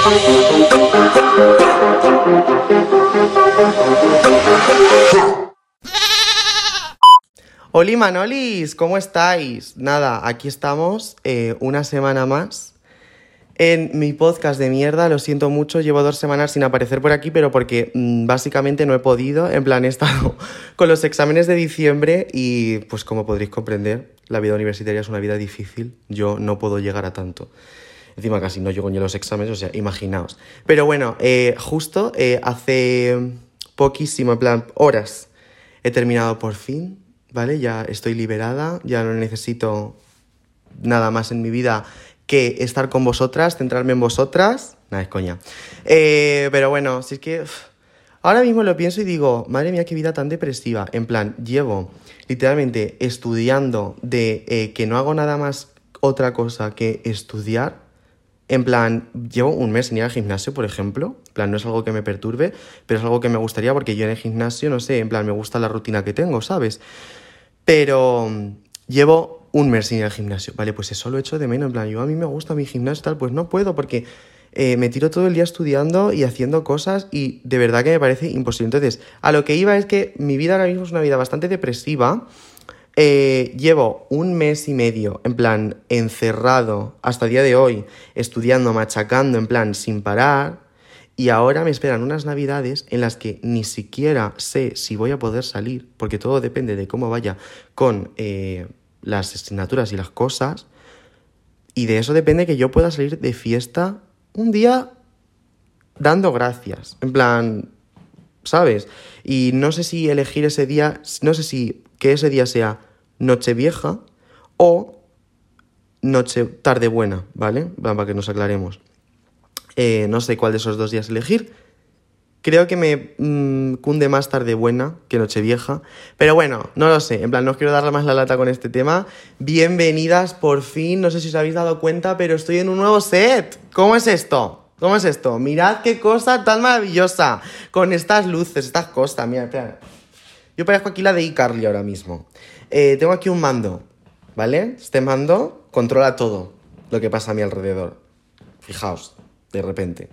Oli Manolis, ¿cómo estáis? Nada, aquí estamos una semana más en mi podcast de mierda. Lo siento mucho, llevo 2 semanas sin aparecer por aquí, pero porque básicamente no he podido. En plan, he estado con los exámenes de diciembre y, pues como podréis comprender, la vida universitaria es una vida difícil. Yo no puedo llegar a tanto. Encima casi no llego ni a los exámenes, o sea, imaginaos. Pero bueno, justo hace poquísimo, en plan, horas, he terminado por fin, ¿vale? Ya estoy liberada, ya no necesito nada más en mi vida que estar con vosotras, centrarme en vosotras. Nada, es coña. Pero bueno, si es que ahora mismo lo pienso y digo, madre mía, qué vida tan depresiva. En plan, llevo literalmente estudiando de que no hago nada más otra cosa que estudiar. En plan, llevo un mes sin ir al gimnasio, por ejemplo. En plan, no es algo que me perturbe, pero es algo que me gustaría porque yo en el gimnasio, no sé, en plan, me gusta la rutina que tengo, ¿sabes? Pero llevo un mes sin ir al gimnasio. Vale, pues eso lo echo de menos. En plan, yo a mí me gusta mi gimnasio y tal, pues no puedo porque me tiro todo el día estudiando y haciendo cosas y de verdad que me parece imposible. Entonces, a lo que iba es que mi vida ahora mismo es una vida bastante depresiva. Llevo un mes y medio, en plan, encerrado hasta el día de hoy, estudiando, machacando, en plan, sin parar, y ahora me esperan unas navidades en las que ni siquiera sé si voy a poder salir, porque todo depende de cómo vaya con las asignaturas y las cosas, y de eso depende que yo pueda salir de fiesta un día dando gracias, en plan, ¿sabes? Y no sé si elegir ese día, no sé si que ese día sea Nochevieja o Tardebuena, ¿vale? Para que nos aclaremos. No sé cuál de esos 2 días elegir. Creo que me cunde más Tardebuena que Nochevieja. Pero bueno, no lo sé. En plan, no os quiero darle más la lata con este tema. Bienvenidas, por fin. No sé si os habéis dado cuenta, pero estoy en un nuevo set. ¿Cómo es esto? ¿Cómo es esto? Mirad qué cosa tan maravillosa. Con estas luces, estas cosas. Mira, espera. Yo parezco aquí la de iCarly ahora mismo. Tengo aquí un mando, ¿vale? Este mando controla todo lo que pasa a mi alrededor. Fijaos, de repente.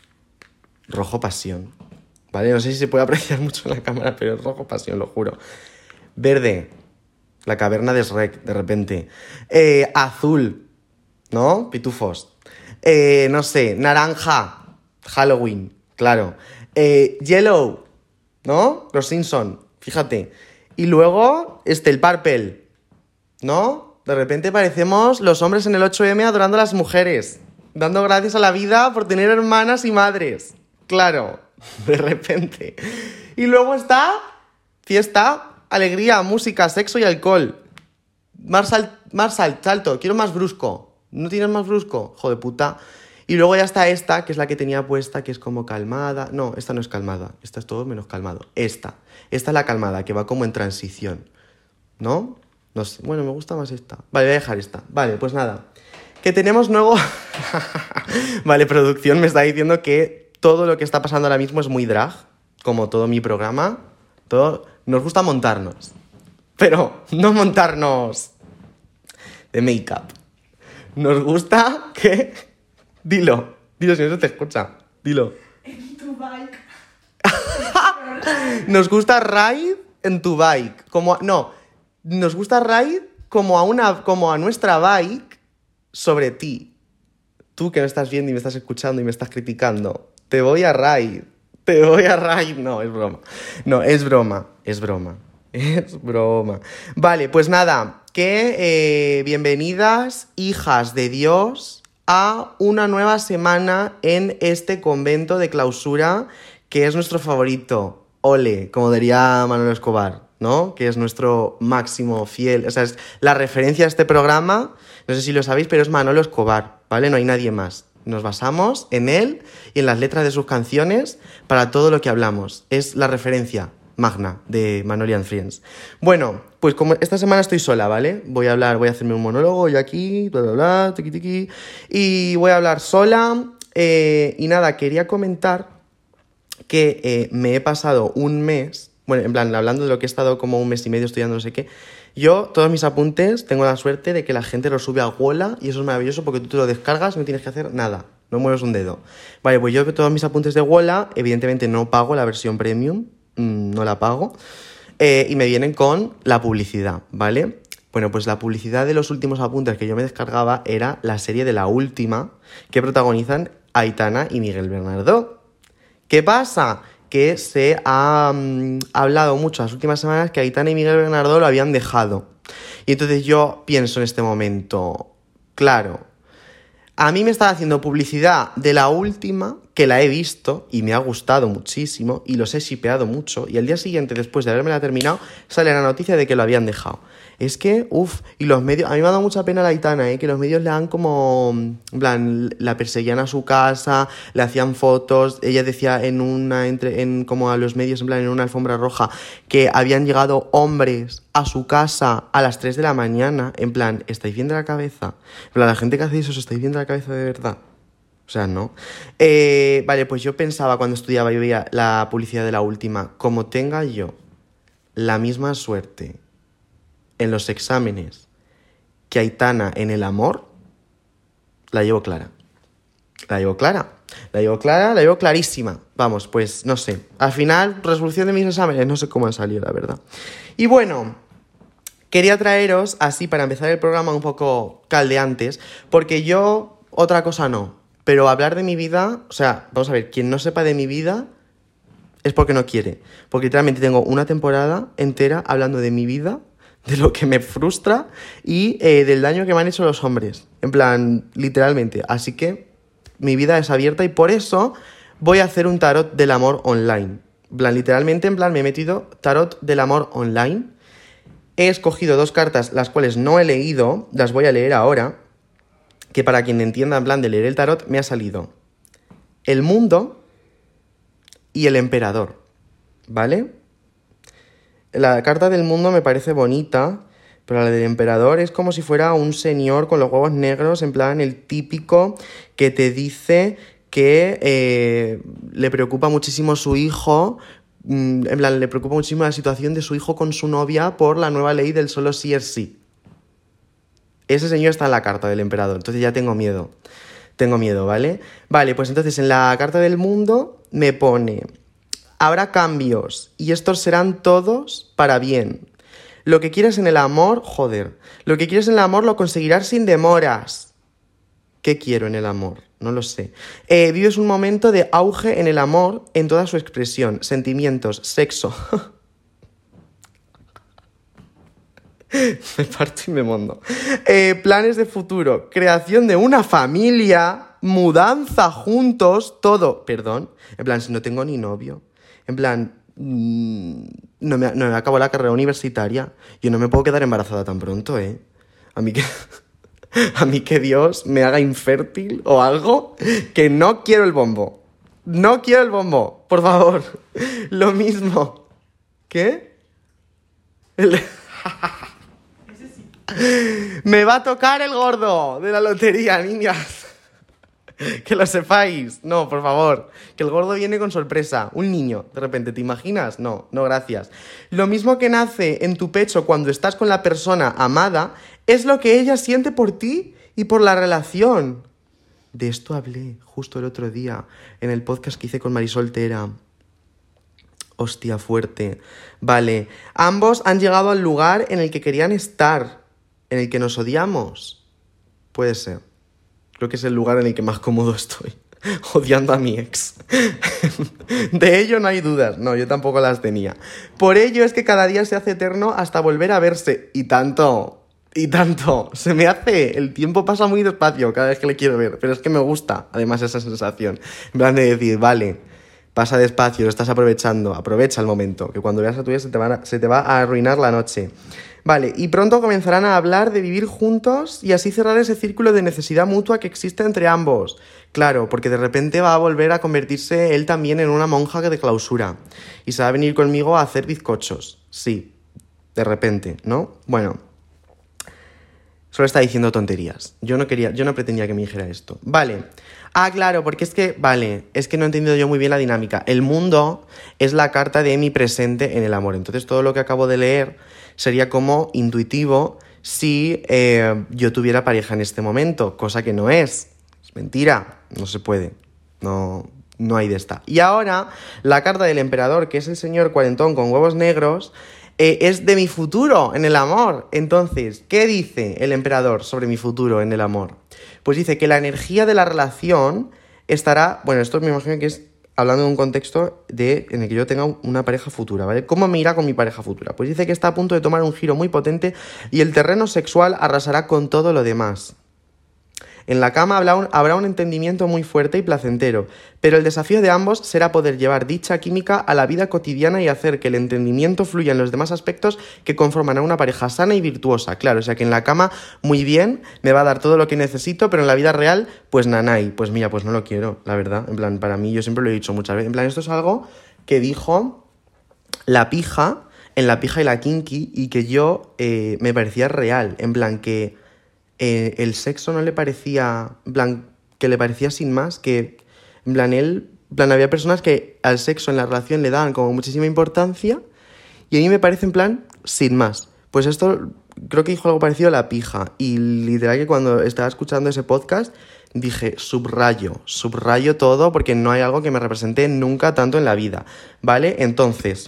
Rojo pasión, ¿vale? No sé si se puede apreciar mucho en la cámara, pero es rojo pasión, lo juro. Verde, la caverna de Shrek, de repente. Azul, ¿no? Pitufos. No sé, naranja, Halloween, claro. Yellow, ¿no? Los Simpson, fíjate. Y luego, el purple, ¿no? De repente parecemos los hombres en el 8M adorando a las mujeres, dando gracias a la vida por tener hermanas y madres. Claro, de repente. Y luego está fiesta, alegría, música, sexo y alcohol. Más salto, quiero más brusco. ¿No tienes más brusco? Joder puta. Y luego ya está esta, que es la que tenía puesta, que es como calmada. No, esta no es calmada. Esta es todo menos calmado. Esta es la calmada, que va como en transición. ¿No? No sé. Bueno, me gusta más esta. Vale, voy a dejar esta. Vale, pues nada. Que tenemos nuevo... Vale, producción me está diciendo que todo lo que está pasando ahora mismo es muy drag. Como todo mi programa. Todo... Nos gusta montarnos. Pero no montarnos de make-up. Nos gusta que... Dilo, si no se te escucha. Dilo. En tu bike. Nos gusta ride en tu bike. Nos gusta ride como a nuestra bike sobre ti. Tú que me estás viendo y me estás escuchando y me estás criticando. Te voy a ride. No, es broma. No, es broma. Es broma. Vale, pues nada. Bienvenidas, hijas de Dios, a una nueva semana en este convento de clausura que es nuestro favorito. Ole, como diría Manolo Escobar, ¿no? Que es nuestro máximo fiel. O sea, es la referencia a este programa, no sé si lo sabéis, pero es Manolo Escobar, ¿vale? No hay nadie más. Nos basamos en él y en las letras de sus canciones para todo lo que hablamos. Es la referencia magna de Manoli and Friends. Bueno, pues como esta semana estoy sola, ¿vale? Voy a hacerme un monólogo yo aquí, bla, bla, bla, tiqui, tiqui, y voy a hablar sola. Y nada, quería comentar que me he pasado un mes, bueno, en plan, hablando de lo que he estado como un mes y medio estudiando, no sé qué. Yo, todos mis apuntes, tengo la suerte de que la gente los sube a Wola y eso es maravilloso porque tú te lo descargas y no tienes que hacer nada, no mueves un dedo. Vale, pues yo todos mis apuntes de Wola, evidentemente no pago la versión premium, no la pago, y me vienen con la publicidad, ¿vale? Bueno, pues la publicidad de los últimos apuntes que yo me descargaba era la serie de La Última, que protagonizan Aitana y Miguel Bernardo. ¿Qué pasa? Que se ha hablado mucho las últimas semanas que Aitana y Miguel Bernardo lo habían dejado. Y entonces yo pienso en este momento, claro, a mí me están haciendo publicidad de La Última, que la he visto y me ha gustado muchísimo y los he shipeado mucho, y al día siguiente, después de haberme la terminado, sale la noticia de que lo habían dejado. Es que, y los medios, a mí me ha dado mucha pena la Aitana, que los medios le han como, en plan, la perseguían a su casa, le hacían fotos, ella decía como a los medios, en plan, en una alfombra roja, que habían llegado hombres a su casa a las 3 de la mañana, en plan, ¿estáis bien de la cabeza? En plan, la gente que hace eso, ¿os estáis bien de la cabeza de verdad? O sea, no. Vale, pues yo pensaba cuando estudiaba, yo veía la publicidad de La Última, como tenga yo la misma suerte en los exámenes que Aitana en el amor, la llevo clara. La llevo clarísima. Vamos, pues no sé. Al final, resolución de mis exámenes, no sé cómo han salido, la verdad. Y bueno, quería traeros, así para empezar el programa un poco caldeantes, porque yo, otra cosa no, pero hablar de mi vida, o sea, vamos a ver, quien no sepa de mi vida es porque no quiere. Porque literalmente tengo una temporada entera hablando de mi vida, de lo que me frustra y del daño que me han hecho los hombres. En plan, literalmente. Así que mi vida es abierta y por eso voy a hacer un tarot del amor online. En plan, literalmente, en plan, me he metido tarot del amor online. He escogido 2 cartas, las cuales no he leído, las voy a leer ahora, que para quien entienda, en plan, de leer el tarot, me ha salido el mundo y el emperador, ¿vale? La carta del mundo me parece bonita, pero la del emperador es como si fuera un señor con los huevos negros, en plan el típico que te dice que le preocupa muchísimo su hijo, en plan le preocupa muchísimo la situación de su hijo con su novia por la nueva ley del solo sí es sí. Ese señor está en la carta del emperador, entonces ya tengo miedo. Tengo miedo, ¿vale? Vale, pues entonces en la carta del mundo me pone: habrá cambios y estos serán todos para bien. Lo que quieres en el amor, lo que quieres en el amor lo conseguirás sin demoras. ¿Qué quiero en el amor? No lo sé. Vives un momento de auge en el amor en toda su expresión. Sentimientos, sexo. Me parto y me mondo. Planes de futuro, creación de una familia, mudanza juntos, todo. Perdón, en plan, si no tengo ni novio. En plan, no me acabo la carrera universitaria. Yo no me puedo quedar embarazada tan pronto, ¿eh? A mí que Dios me haga infértil o algo, que no quiero el bombo. No quiero el bombo, por favor. Lo mismo. ¿Qué? Me va a tocar el gordo de la lotería, niñas. Que lo sepáis. No, por favor. Que el gordo viene con sorpresa. Un niño, de repente, ¿te imaginas? No, gracias. Lo mismo que nace en tu pecho cuando estás con la persona amada es lo que ella siente por ti y por la relación. De esto hablé justo el otro día en el podcast que hice con Marisol Tera. Hostia, fuerte. Vale. Ambos han llegado al lugar en el que querían estar, en el que nos odiamos. Puede ser. Creo que es el lugar en el que más cómodo estoy, odiando a mi ex. De ello no hay dudas, no, yo tampoco las tenía. Por ello es que cada día se hace eterno hasta volver a verse. Y tanto, se me hace, el tiempo pasa muy despacio cada vez que le quiero ver, pero es que me gusta, además, esa sensación. En plan de decir, vale, pasa despacio, lo estás aprovechando, aprovecha el momento, que cuando veas a tu ex se te va a arruinar la noche. Vale, y pronto comenzarán a hablar de vivir juntos y así cerrar ese círculo de necesidad mutua que existe entre ambos. Claro, porque de repente va a volver a convertirse él también en una monja de clausura y se va a venir conmigo a hacer bizcochos. Sí, de repente, ¿no? Bueno, solo está diciendo tonterías. Yo no pretendía que me dijera esto. Vale. Claro, porque es que no he entendido yo muy bien la dinámica. El mundo es la carta de mi presente en el amor. Entonces todo lo que acabo de leer sería como intuitivo si yo tuviera pareja en este momento, cosa que no es. Mentira, no se puede. No hay de esta. Y ahora, la carta del emperador, que es el señor cuarentón con huevos negros, es de mi futuro en el amor. Entonces, ¿qué dice el emperador sobre mi futuro en el amor? Pues dice que la energía de la relación estará... Bueno, esto me imagino que es hablando de un contexto en el que yo tenga una pareja futura, ¿vale? ¿Cómo me irá con mi pareja futura? Pues dice que está a punto de tomar un giro muy potente y el terreno sexual arrasará con todo lo demás. En la cama habrá un entendimiento muy fuerte y placentero, pero el desafío de ambos será poder llevar dicha química a la vida cotidiana y hacer que el entendimiento fluya en los demás aspectos que conforman a una pareja sana y virtuosa. Claro, o sea que en la cama muy bien, me va a dar todo lo que necesito, pero en la vida real, pues nanay. Pues mira, pues no lo quiero, la verdad. En plan, para mí, yo siempre lo he dicho muchas veces. En plan, esto es algo que dijo La Pija, en La Pija y la Kinky, y que yo me parecía real. En plan, que... el sexo no le parecía, en plan, que le parecía sin más, que, en plan, había personas que al sexo en la relación le daban como muchísima importancia y a mí me parece, en plan, sin más. Pues esto, creo que dijo algo parecido a La Pija y literal que cuando estaba escuchando ese podcast dije, subrayo todo porque no hay algo que me represente nunca tanto en la vida, ¿vale? Entonces...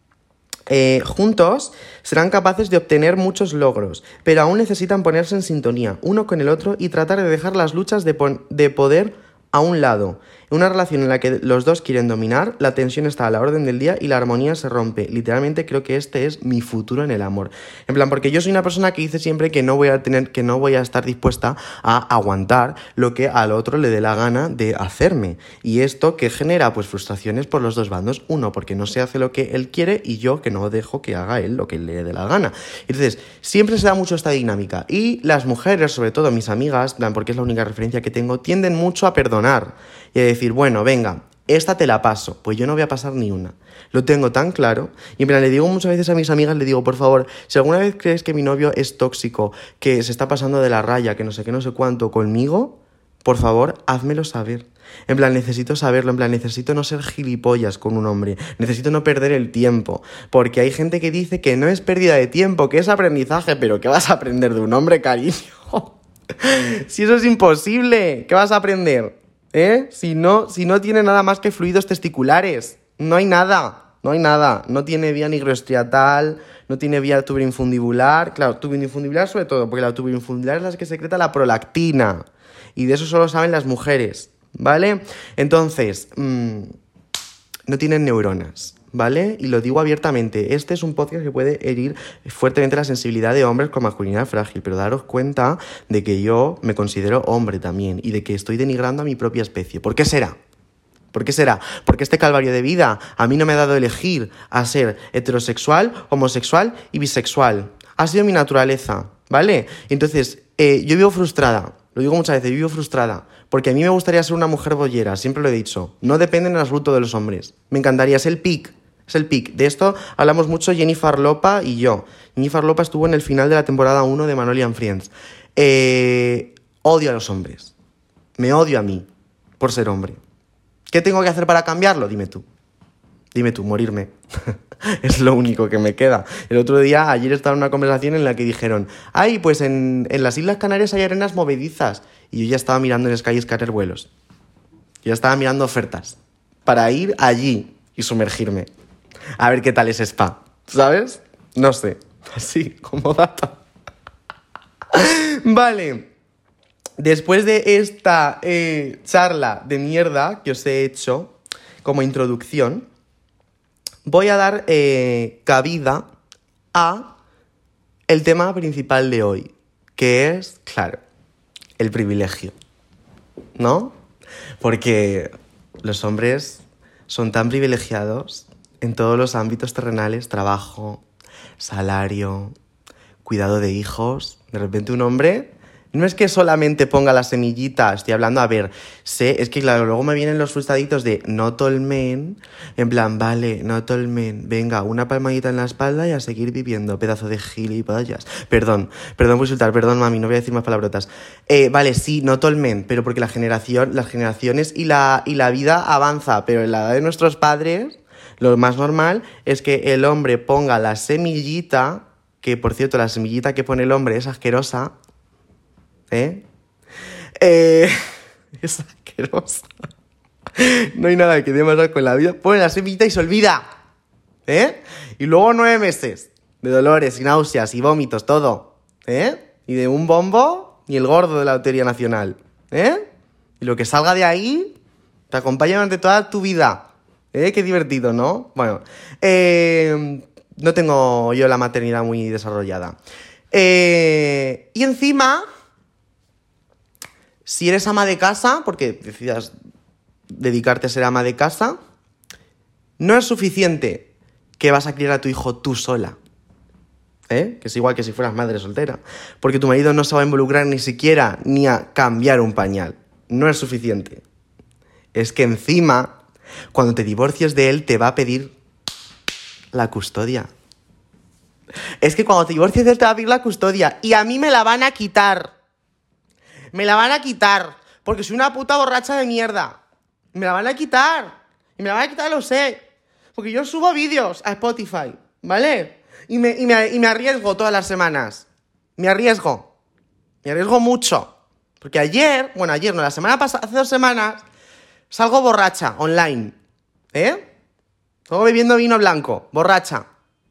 juntos serán capaces de obtener muchos logros, pero aún necesitan ponerse en sintonía uno con el otro y tratar de dejar las luchas de poder a un lado. En una relación en la que los dos quieren dominar, la tensión está a la orden del día y la armonía se rompe. Literalmente creo que este es mi futuro en el amor. En plan, porque yo soy una persona que dice siempre que no voy a estar dispuesta a aguantar lo que al otro le dé la gana de hacerme. Y esto que genera pues frustraciones por los dos bandos. Uno, porque no se hace lo que él quiere y yo que no dejo que haga él lo que le dé la gana. Entonces, siempre se da mucho esta dinámica. Y las mujeres, sobre todo mis amigas, porque es la única referencia que tengo, tienden mucho a perdonar y a decir, bueno, venga, esta te la paso. Pues yo no voy a pasar ni una. Lo tengo tan claro. Y en plan, le digo muchas veces a mis amigas, le digo, por favor, si alguna vez crees que mi novio es tóxico, que se está pasando de la raya, que no sé qué, no sé cuánto conmigo, por favor, házmelo saber. En plan, necesito saberlo, en plan, necesito no ser gilipollas con un hombre, necesito no perder el tiempo, porque hay gente que dice que no es pérdida de tiempo, que es aprendizaje, pero ¿qué vas a aprender de un hombre, cariño? Si eso es imposible, ¿qué vas a aprender? Si no tiene nada más que fluidos testiculares, no hay nada, no tiene vía nigroestriatal, no tiene vía tuberoinfundibular, claro, tuberoinfundibular sobre todo, porque la tuberoinfundibular es la que secreta la prolactina, y de eso solo saben las mujeres, ¿vale? Entonces, no tienen neuronas, ¿vale? Y lo digo abiertamente, este es un podcast que puede herir fuertemente la sensibilidad de hombres con masculinidad frágil, pero daros cuenta de que yo me considero hombre también y de que estoy denigrando a mi propia especie. ¿Por qué será? ¿Por qué será? Porque este calvario de vida a mí no me ha dado elegir a ser heterosexual, homosexual y bisexual. Ha sido mi naturaleza, ¿vale? Entonces, yo vivo frustrada. Lo digo muchas veces, vivo frustrada, porque a mí me gustaría ser una mujer bollera, siempre lo he dicho. No dependen en absoluto de los hombres. Me encantaría, es el pic. De esto hablamos mucho Jennifer Lopa y yo. Jennifer Lopa estuvo en el final de la temporada 1 de Manoli and Friends. Odio a los hombres. Me odio a mí por ser hombre. ¿Qué tengo que hacer para cambiarlo? Dime tú, morirme. Es lo único que me queda. Ayer estaba en una conversación en la que dijeron, ay, pues en las Islas Canarias hay arenas movedizas. Y yo ya estaba mirando en Skyscanner vuelos. Ya estaba mirando ofertas para ir allí y sumergirme. A ver qué tal es spa, ¿sabes? No sé, así como dato. Vale. Después de esta charla de mierda que os he hecho como introducción, voy a dar cabida a el tema principal de hoy, que es, claro, el privilegio, ¿no? Porque los hombres son tan privilegiados en todos los ámbitos terrenales, trabajo, salario, cuidado de hijos. De repente un hombre no es que solamente ponga la semillita, estoy hablando, a ver, es que claro, luego me vienen los frustraditos de not all men, en plan, vale, not all men, venga, una palmadita en la espalda y a seguir viviendo, pedazo de gilipollas. Perdón por insultar, perdón mami, no voy a decir más palabrotas. Vale, sí, not all men, pero porque las generaciones y la vida avanza, pero en la edad de nuestros padres, lo más normal es que el hombre ponga la semillita, que por cierto, la semillita que pone el hombre es asquerosa, Es asquerosa. No hay nada que dé más asco en la vida. Pone la semillita y se olvida. Y luego 9 meses de dolores y náuseas y vómitos, todo. Y de un bombo ni el gordo de la Lotería Nacional. Y lo que salga de ahí te acompaña durante toda tu vida. Qué divertido, ¿no? Bueno, no tengo yo la maternidad muy desarrollada. Y encima, si eres ama de casa, porque decidas dedicarte a ser ama de casa, no es suficiente que vas a criar a tu hijo tú sola. Que es igual que si fueras madre soltera. Porque tu marido no se va a involucrar ni siquiera ni a cambiar un pañal. No es suficiente. Es que encima, cuando te divorcies de él, te va a pedir la custodia. Es que cuando te divorcies de él, te va a pedir la custodia. Y a mí me la van a quitar. Me la van a quitar. Porque soy una puta borracha de mierda. Me la van a quitar. Y me la van a quitar, lo sé. Porque yo subo vídeos a Spotify, ¿vale? Y me arriesgo todas las semanas. Me arriesgo mucho. Porque ayer no, la semana pasada, hace 2 semanas, salgo borracha, online. Salgo bebiendo vino blanco, borracha.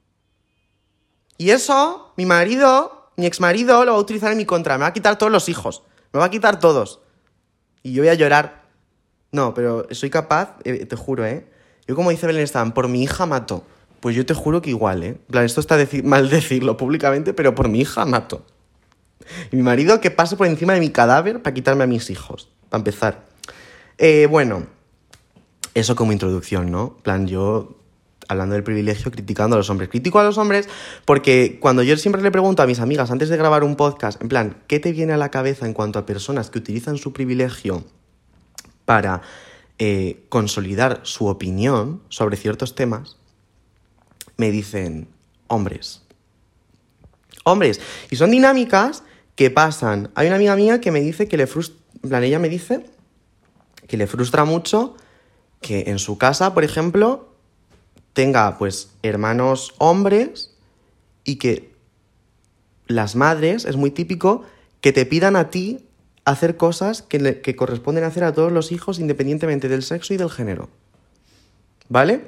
Y eso, mi exmarido, lo va a utilizar en mi contra. Me va a quitar todos los hijos. Me va a quitar todos. Y yo voy a llorar. No, pero soy capaz, te juro, Yo, como dice Belén Esteban, por mi hija mato. Pues yo te juro que igual, En plan, esto está mal decirlo públicamente, pero por mi hija mato. Y mi marido que pase por encima de mi cadáver para quitarme a mis hijos. Para empezar. Bueno, eso como introducción, ¿no? En plan, yo, hablando del privilegio, criticando a los hombres. Critico a los hombres porque cuando yo siempre le pregunto a mis amigas antes de grabar un podcast, en plan, ¿qué te viene a la cabeza en cuanto a personas que utilizan su privilegio para consolidar su opinión sobre ciertos temas? Me dicen hombres. Y son dinámicas que pasan. Hay una amiga mía que me dice que ella me dice que le frustra mucho que en su casa, por ejemplo, tenga pues hermanos hombres y que las madres, es muy típico, que te pidan a ti hacer cosas que corresponden hacer a todos los hijos independientemente del sexo y del género. ¿Vale?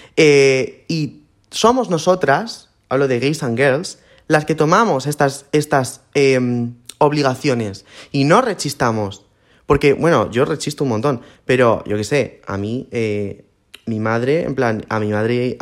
Y somos nosotras, hablo de gays and girls, las que tomamos estas obligaciones y no rechistamos. Porque, bueno, yo rechisto un montón, pero yo qué sé, a mí, mi madre, en plan, a mí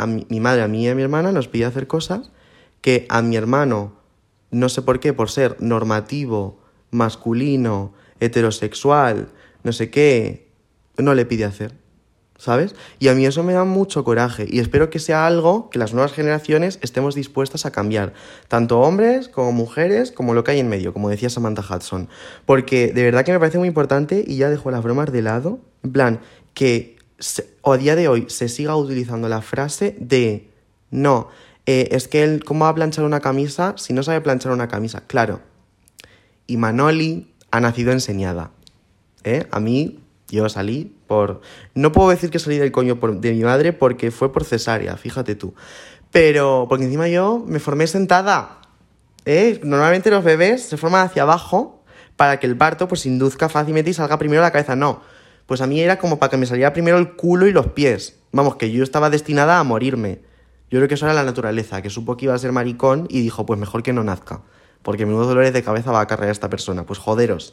y a mi hermana nos pide hacer cosas que a mi hermano, no sé por qué, por ser normativo, masculino, heterosexual, no sé qué, no le pide hacer. ¿Sabes? Y a mí eso me da mucho coraje y espero que sea algo que las nuevas generaciones estemos dispuestas a cambiar, tanto hombres como mujeres, como lo que hay en medio, como decía Samantha Hudson, porque de verdad que me parece muy importante, y ya dejo las bromas de lado, en plan, que a día de hoy se siga utilizando la frase de no, es que él, ¿cómo va a planchar una camisa si no sabe planchar una camisa? Claro, y Manoli ha nacido enseñada, a mí... Yo salí por... No puedo decir que salí del coño de mi madre porque fue por cesárea, fíjate tú. Pero porque encima yo me formé sentada. Normalmente los bebés se forman hacia abajo para que el parto pues induzca fácilmente y salga primero la cabeza. No, pues a mí era como para que me saliera primero el culo y los pies. Vamos, que yo estaba destinada a morirme. Yo creo que eso era la naturaleza, que supo que iba a ser maricón y dijo, pues mejor que no nazca. Porque menudos dolores de cabeza va a cargar esta persona. Pues joderos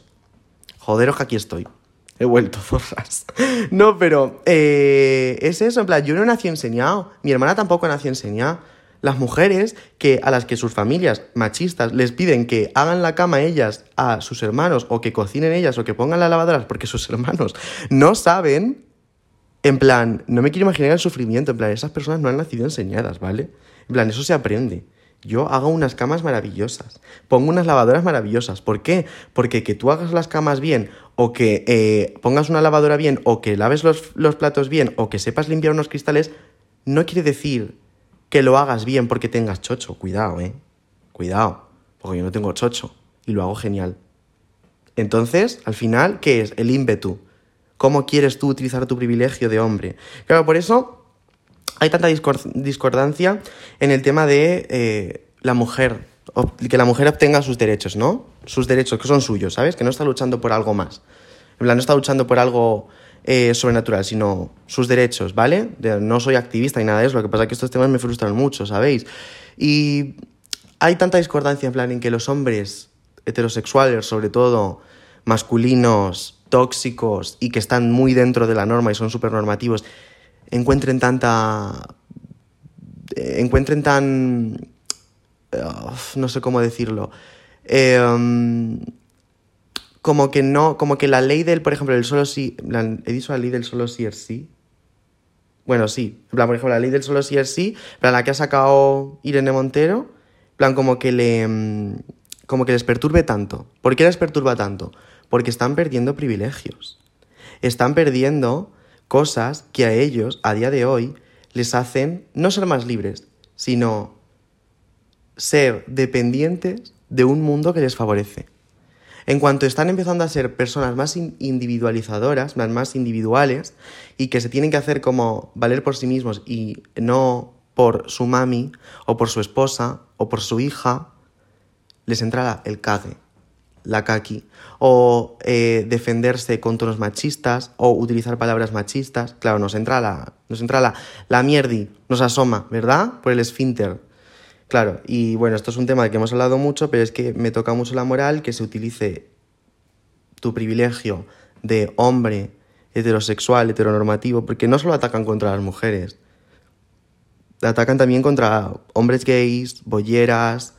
que aquí estoy. He vuelto zorras. No, pero es eso, en plan, yo no nací enseñado. Mi hermana tampoco nació enseñada. Las mujeres a las que sus familias machistas les piden que hagan la cama ellas a sus hermanos, o que cocinen ellas, o que pongan las lavadoras porque sus hermanos no saben, en plan, no me quiero imaginar el sufrimiento. En plan, esas personas no han nacido enseñadas, ¿vale? En plan, eso se aprende. Yo hago unas camas maravillosas, pongo unas lavadoras maravillosas. ¿Por qué? Porque que tú hagas las camas bien, o que pongas una lavadora bien, o que laves los platos bien, o que sepas limpiar unos cristales, no quiere decir que lo hagas bien porque tengas chocho. Cuidado, Cuidado, porque yo no tengo chocho y lo hago genial. Entonces, al final, ¿qué es? El ímpetu. ¿Cómo quieres tú utilizar tu privilegio de hombre? Claro, por eso hay tanta discordancia en el tema de la mujer, que la mujer obtenga sus derechos, ¿no? Sus derechos, que son suyos, ¿sabes? Que no está luchando por algo más. En plan, no está luchando por algo sobrenatural, sino sus derechos, ¿vale? No soy activista ni nada de eso, lo que pasa es que estos temas me frustran mucho, ¿sabéis? Y hay tanta discordancia en plan en que los hombres heterosexuales, sobre todo masculinos, tóxicos y que están muy dentro de la norma y son súper normativos, encuentren tan no sé cómo decirlo, como que la ley del, por ejemplo, del solo sí, he dicho la ley del solo sí es sí. Bueno, sí, en plan, por ejemplo, la ley del solo sí es sí, en plan, la que ha sacado Irene Montero, en plan, como que les perturbe tanto. ¿Por qué les perturba tanto? Porque están perdiendo privilegios. Están perdiendo cosas que a ellos, a día de hoy, les hacen no ser más libres, sino ser dependientes de un mundo que les favorece. En cuanto están empezando a ser personas más individualizadoras, más individuales, y que se tienen que hacer como valer por sí mismos y no por su mami, o por su esposa, o por su hija, les entra el cague, la caqui, o defenderse con tonos machistas, o utilizar palabras machistas. Claro, nos entra la mierdi, nos asoma, ¿verdad? Por el esfínter. Claro, y bueno, esto es un tema del que hemos hablado mucho, pero es que me toca mucho la moral que se utilice tu privilegio de hombre heterosexual, heteronormativo, porque no solo atacan contra las mujeres, atacan también contra hombres gays, bolleras,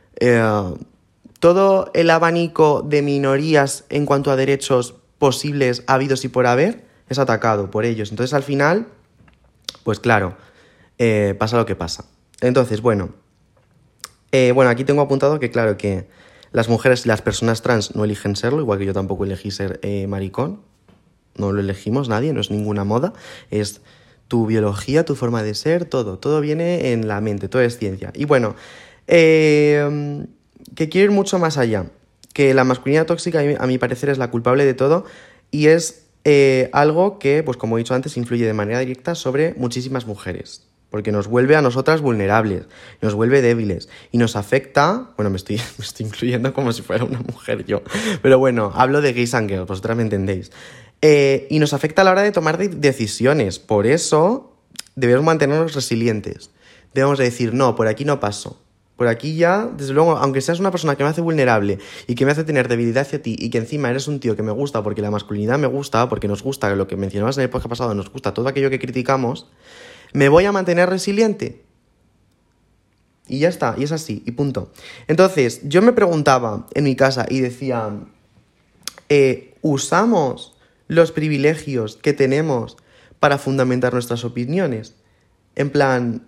todo el abanico de minorías en cuanto a derechos posibles, habidos y por haber, es atacado por ellos. Entonces, al final, pues claro, pasa lo que pasa. Entonces, bueno, aquí tengo apuntado que, claro, que las mujeres y las personas trans no eligen serlo, igual que yo tampoco elegí ser maricón. No lo elegimos nadie, no es ninguna moda. Es tu biología, tu forma de ser, todo. Todo viene en la mente, todo es ciencia. Y bueno, que quiero ir mucho más allá. Que la masculinidad tóxica, a mi parecer, es la culpable de todo. Y es algo que, pues como he dicho antes, influye de manera directa sobre muchísimas mujeres. Porque nos vuelve a nosotras vulnerables, nos vuelve débiles y nos afecta... Bueno, me estoy incluyendo como si fuera una mujer yo. Pero bueno, hablo de gays and girls, vosotras me entendéis. Y nos afecta a la hora de tomar decisiones. Por eso debemos mantenernos resilientes. Debemos de decir, no, por aquí no paso. Por aquí ya, desde luego, aunque seas una persona que me hace vulnerable y que me hace tener debilidad hacia ti y que encima eres un tío que me gusta porque la masculinidad me gusta, porque nos gusta lo que mencionabas en el podcast pasado, nos gusta todo aquello que criticamos... Me voy a mantener resiliente. Y ya está, y es así, y punto. Entonces, yo me preguntaba en mi casa y decía, ¿usamos los privilegios que tenemos para fundamentar nuestras opiniones? En plan,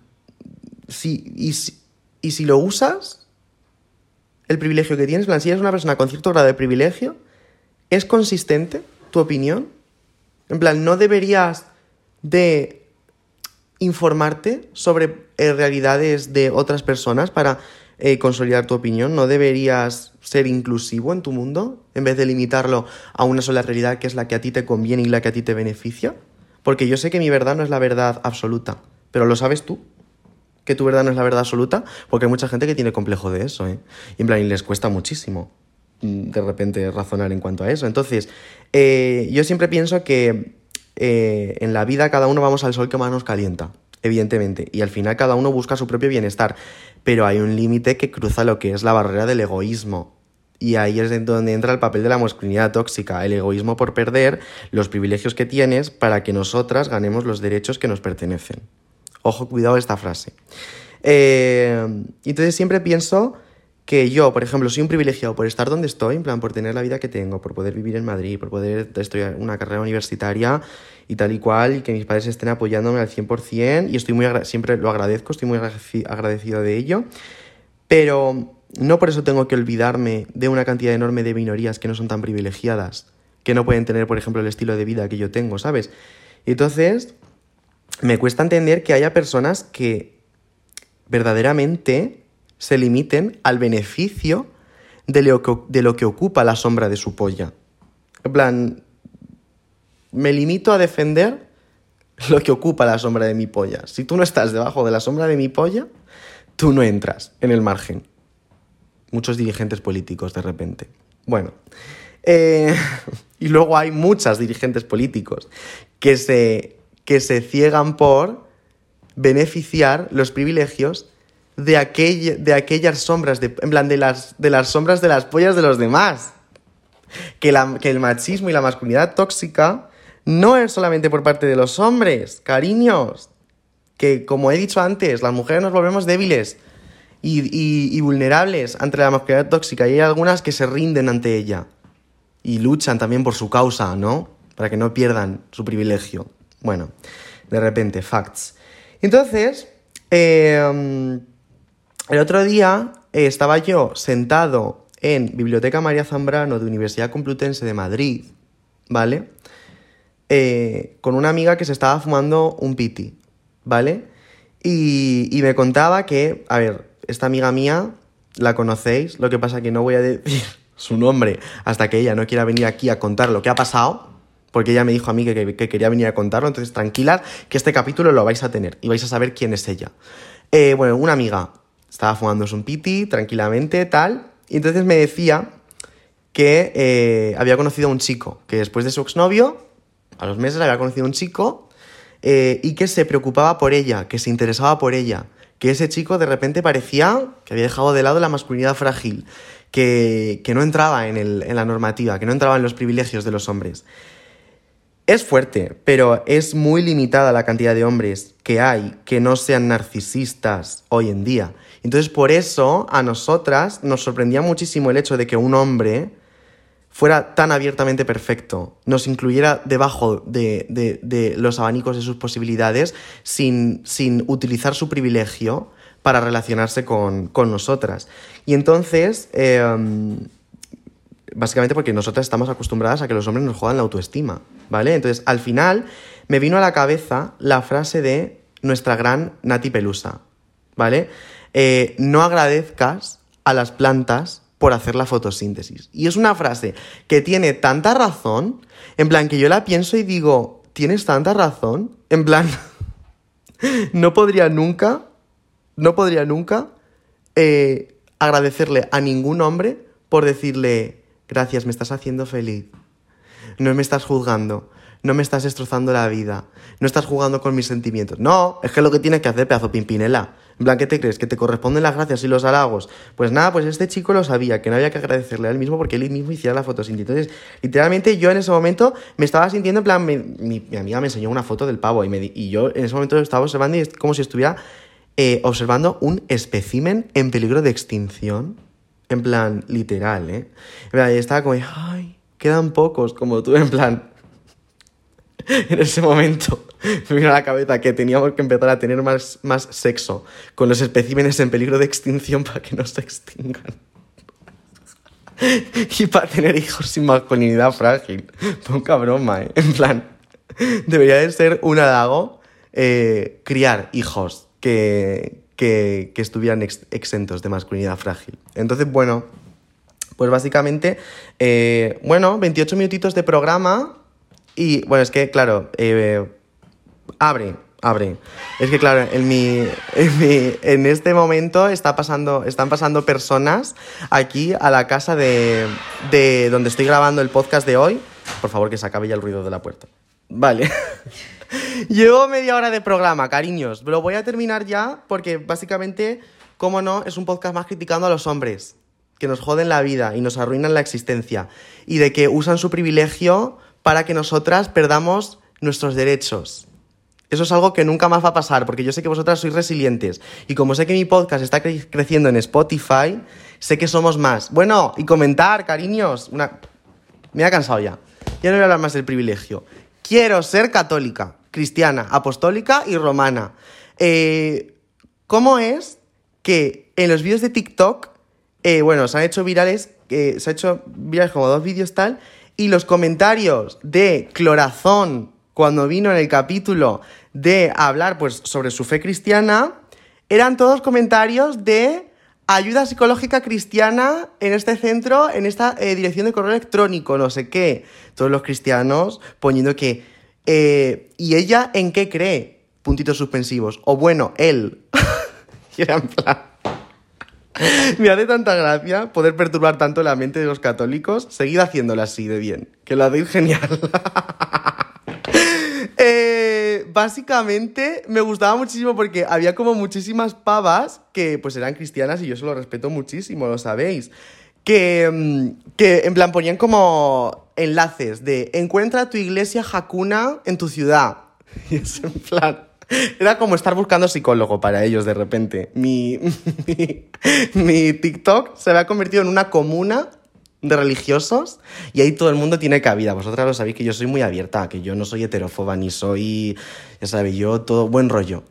y si lo usas, el privilegio que tienes, en plan, si eres una persona con cierto grado de privilegio, ¿es consistente tu opinión? En plan, no deberías de informarte sobre realidades de otras personas para consolidar tu opinión. ¿No deberías ser inclusivo en tu mundo en vez de limitarlo a una sola realidad que es la que a ti te conviene y la que a ti te beneficia? Porque yo sé que mi verdad no es la verdad absoluta, pero ¿lo sabes tú? ¿Que tu verdad no es la verdad absoluta? Porque hay mucha gente que tiene complejo de eso, Y en plan, y les cuesta muchísimo de repente razonar en cuanto a eso. Entonces, yo siempre pienso que en la vida cada uno vamos al sol que más nos calienta, evidentemente, y al final cada uno busca su propio bienestar, pero hay un límite que cruza lo que es la barrera del egoísmo, y ahí es donde entra el papel de la masculinidad tóxica, el egoísmo por perder los privilegios que tienes para que nosotras ganemos los derechos que nos pertenecen. Ojo, cuidado esta frase. Entonces siempre pienso que yo, por ejemplo, soy un privilegiado por estar donde estoy, en plan, por tener la vida que tengo, por poder vivir en Madrid, por poder estudiar una carrera universitaria y tal y cual, y que mis padres estén apoyándome al 100%, y estoy siempre lo agradezco, estoy muy agradecido de ello, pero no por eso tengo que olvidarme de una cantidad enorme de minorías que no son tan privilegiadas, que no pueden tener, por ejemplo, el estilo de vida que yo tengo, ¿sabes? Y entonces, me cuesta entender que haya personas que verdaderamente se limiten al beneficio de lo que ocupa la sombra de su polla. En plan, me limito a defender lo que ocupa la sombra de mi polla. Si tú no estás debajo de la sombra de mi polla, tú no entras en el margen. Muchos dirigentes políticos, de repente. Bueno, Y luego hay muchas dirigentes políticos que se ciegan por beneficiar los privilegios de aquellas sombras, en plan, de las sombras de las pollas de los demás. Que el machismo y la masculinidad tóxica no es solamente por parte de los hombres, cariños. Que, como he dicho antes, las mujeres nos volvemos débiles y vulnerables ante la masculinidad tóxica. Y hay algunas que se rinden ante ella y luchan también por su causa, ¿no? Para que no pierdan su privilegio. Bueno, de repente, facts. Entonces, el otro día estaba yo sentado en Biblioteca María Zambrano de Universidad Complutense de Madrid, ¿vale? Con una amiga que se estaba fumando un piti, ¿vale? Y me contaba que, a ver, esta amiga mía, la conocéis, lo que pasa que no voy a decir su nombre hasta que ella no quiera venir aquí a contar lo que ha pasado, porque ella me dijo a mí que quería venir a contarlo, entonces tranquilad, que este capítulo lo vais a tener y vais a saber quién es ella. Bueno, una amiga estaba fumándose un piti tranquilamente, tal, y entonces me decía que había conocido a un chico, que después de su exnovio, a los meses había conocido a un chico y que se preocupaba por ella, que se interesaba por ella, que ese chico de repente parecía que había dejado de lado la masculinidad frágil, que no entraba en la normativa, que no entraba en los privilegios de los hombres. Es fuerte, pero es muy limitada la cantidad de hombres que hay que no sean narcisistas hoy en día. Entonces, por eso, a nosotras nos sorprendía muchísimo el hecho de que un hombre fuera tan abiertamente perfecto, nos incluyera debajo de los abanicos de sus posibilidades sin utilizar su privilegio para relacionarse con nosotras. Y entonces, básicamente porque nosotras estamos acostumbradas a que los hombres nos jodan la autoestima, ¿vale? Entonces, al final, me vino a la cabeza la frase de nuestra gran Nati Pelusa, ¿vale? No agradezcas a las plantas por hacer la fotosíntesis. Y es una frase que tiene tanta razón, en plan, que yo la pienso y digo, ¿tienes tanta razón? En plan, no podría nunca agradecerle a ningún hombre por decirle, gracias, me estás haciendo feliz, no me estás juzgando, no me estás destrozando la vida, no estás jugando con mis sentimientos. No, es que lo que tienes que hacer, pedazo pimpinela. En plan, ¿qué te crees? ¿Que te corresponden las gracias y los halagos? Pues nada, pues este chico lo sabía, que no había que agradecerle a él mismo porque él mismo hiciera la fotosíntesis. Entonces, literalmente yo en ese momento me estaba sintiendo, en plan, mi amiga me enseñó una foto del pavo y yo en ese momento lo estaba observando y es como si estuviera observando un espécimen en peligro de extinción. En plan, literal, ¿eh? En plan, estaba como, ay, quedan pocos, como tú, en plan... En ese momento me vino a la cabeza que teníamos que empezar a tener más sexo con los especímenes en peligro de extinción para que no se extingan. Y para tener hijos sin masculinidad frágil. Poca broma, ¿eh? En plan, debería de ser un halago criar hijos que estuvieran exentos de masculinidad frágil. Entonces, bueno, pues básicamente, 28 minutitos de programa. Y bueno, es que, claro, abre. Es que, claro, en este momento están pasando personas aquí a la casa de donde estoy grabando el podcast de hoy. Por favor, que se acabe ya el ruido de la puerta. Vale. Llevo media hora de programa, cariños. Lo voy a terminar ya porque, básicamente, cómo no, es un podcast más criticando a los hombres que nos joden la vida y nos arruinan la existencia y de que usan su privilegio para que nosotras perdamos nuestros derechos. Eso es algo que nunca más va a pasar, porque yo sé que vosotras sois resilientes. Y como sé que mi podcast está creciendo en Spotify, sé que somos más. Bueno, y comentar, cariños. Me ha cansado ya. Ya no voy a hablar más del privilegio. Quiero ser católica, cristiana, apostólica y romana. ¿Cómo es que en los vídeos de TikTok, se han hecho virales como 2 vídeos tal... Y los comentarios de Clorazón, cuando vino en el capítulo de hablar pues, sobre su fe cristiana, eran todos comentarios de ayuda psicológica cristiana en este centro, en esta dirección de correo electrónico, no sé qué. Todos los cristianos poniendo que... ¿Y ella en qué cree? Puntitos suspensivos. O bueno, él. Y era en plan... Me hace tanta gracia poder perturbar tanto la mente de los católicos. Seguid haciéndolo así de bien, que lo hacéis genial. Básicamente me gustaba muchísimo porque había como muchísimas pavas que pues eran cristianas y yo se lo respeto muchísimo, lo sabéis. Que en plan ponían como enlaces de encuentra tu iglesia Hakuna en tu ciudad. Y es en plan... Era como estar buscando psicólogo para ellos de repente. Mi TikTok se había convertido en una comuna de religiosos y ahí todo el mundo tiene cabida. Vosotras lo sabéis que yo soy muy abierta, que yo no soy heterófoba ni soy, ya sabéis, yo todo buen rollo.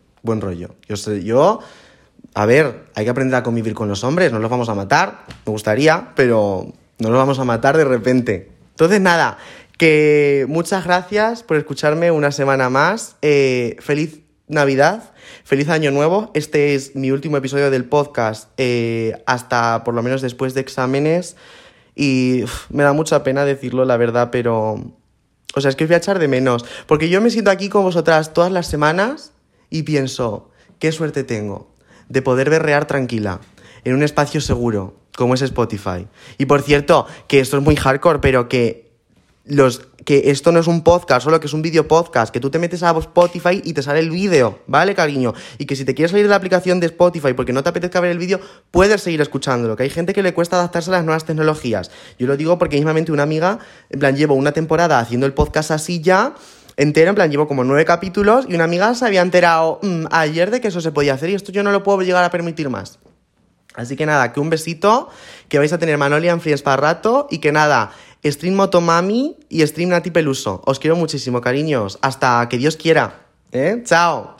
A ver, hay que aprender a convivir con los hombres, no los vamos a matar, me gustaría, pero no los vamos a matar de repente. Entonces nada, que muchas gracias por escucharme una semana más. Feliz Navidad, feliz Año Nuevo. Este es mi último episodio del podcast hasta por lo menos después de exámenes. Y me da mucha pena decirlo, la verdad, pero... O sea, es que os voy a echar de menos. Porque yo me siento aquí con vosotras todas las semanas y pienso, qué suerte tengo de poder berrear tranquila, en un espacio seguro, como es Spotify. Y por cierto, que esto es muy hardcore, pero que esto no es un podcast, solo que es un vídeo podcast, que tú te metes a Spotify y te sale el vídeo, ¿vale, cariño? Y que si te quieres salir de la aplicación de Spotify porque no te apetezca ver el vídeo, puedes seguir escuchándolo, que hay gente que le cuesta adaptarse a las nuevas tecnologías. Yo lo digo porque mismamente una amiga, en plan, llevo una temporada haciendo el podcast así ya, entero, en plan, llevo como 9 capítulos y una amiga se había enterado ayer de que eso se podía hacer y esto yo no lo puedo llegar a permitir más. Así que nada, que un besito, que vais a tener Manoli and Friends para rato y que nada, stream Motomami y stream Nati Peluso. Os quiero muchísimo, cariños. Hasta que Dios quiera. Chao.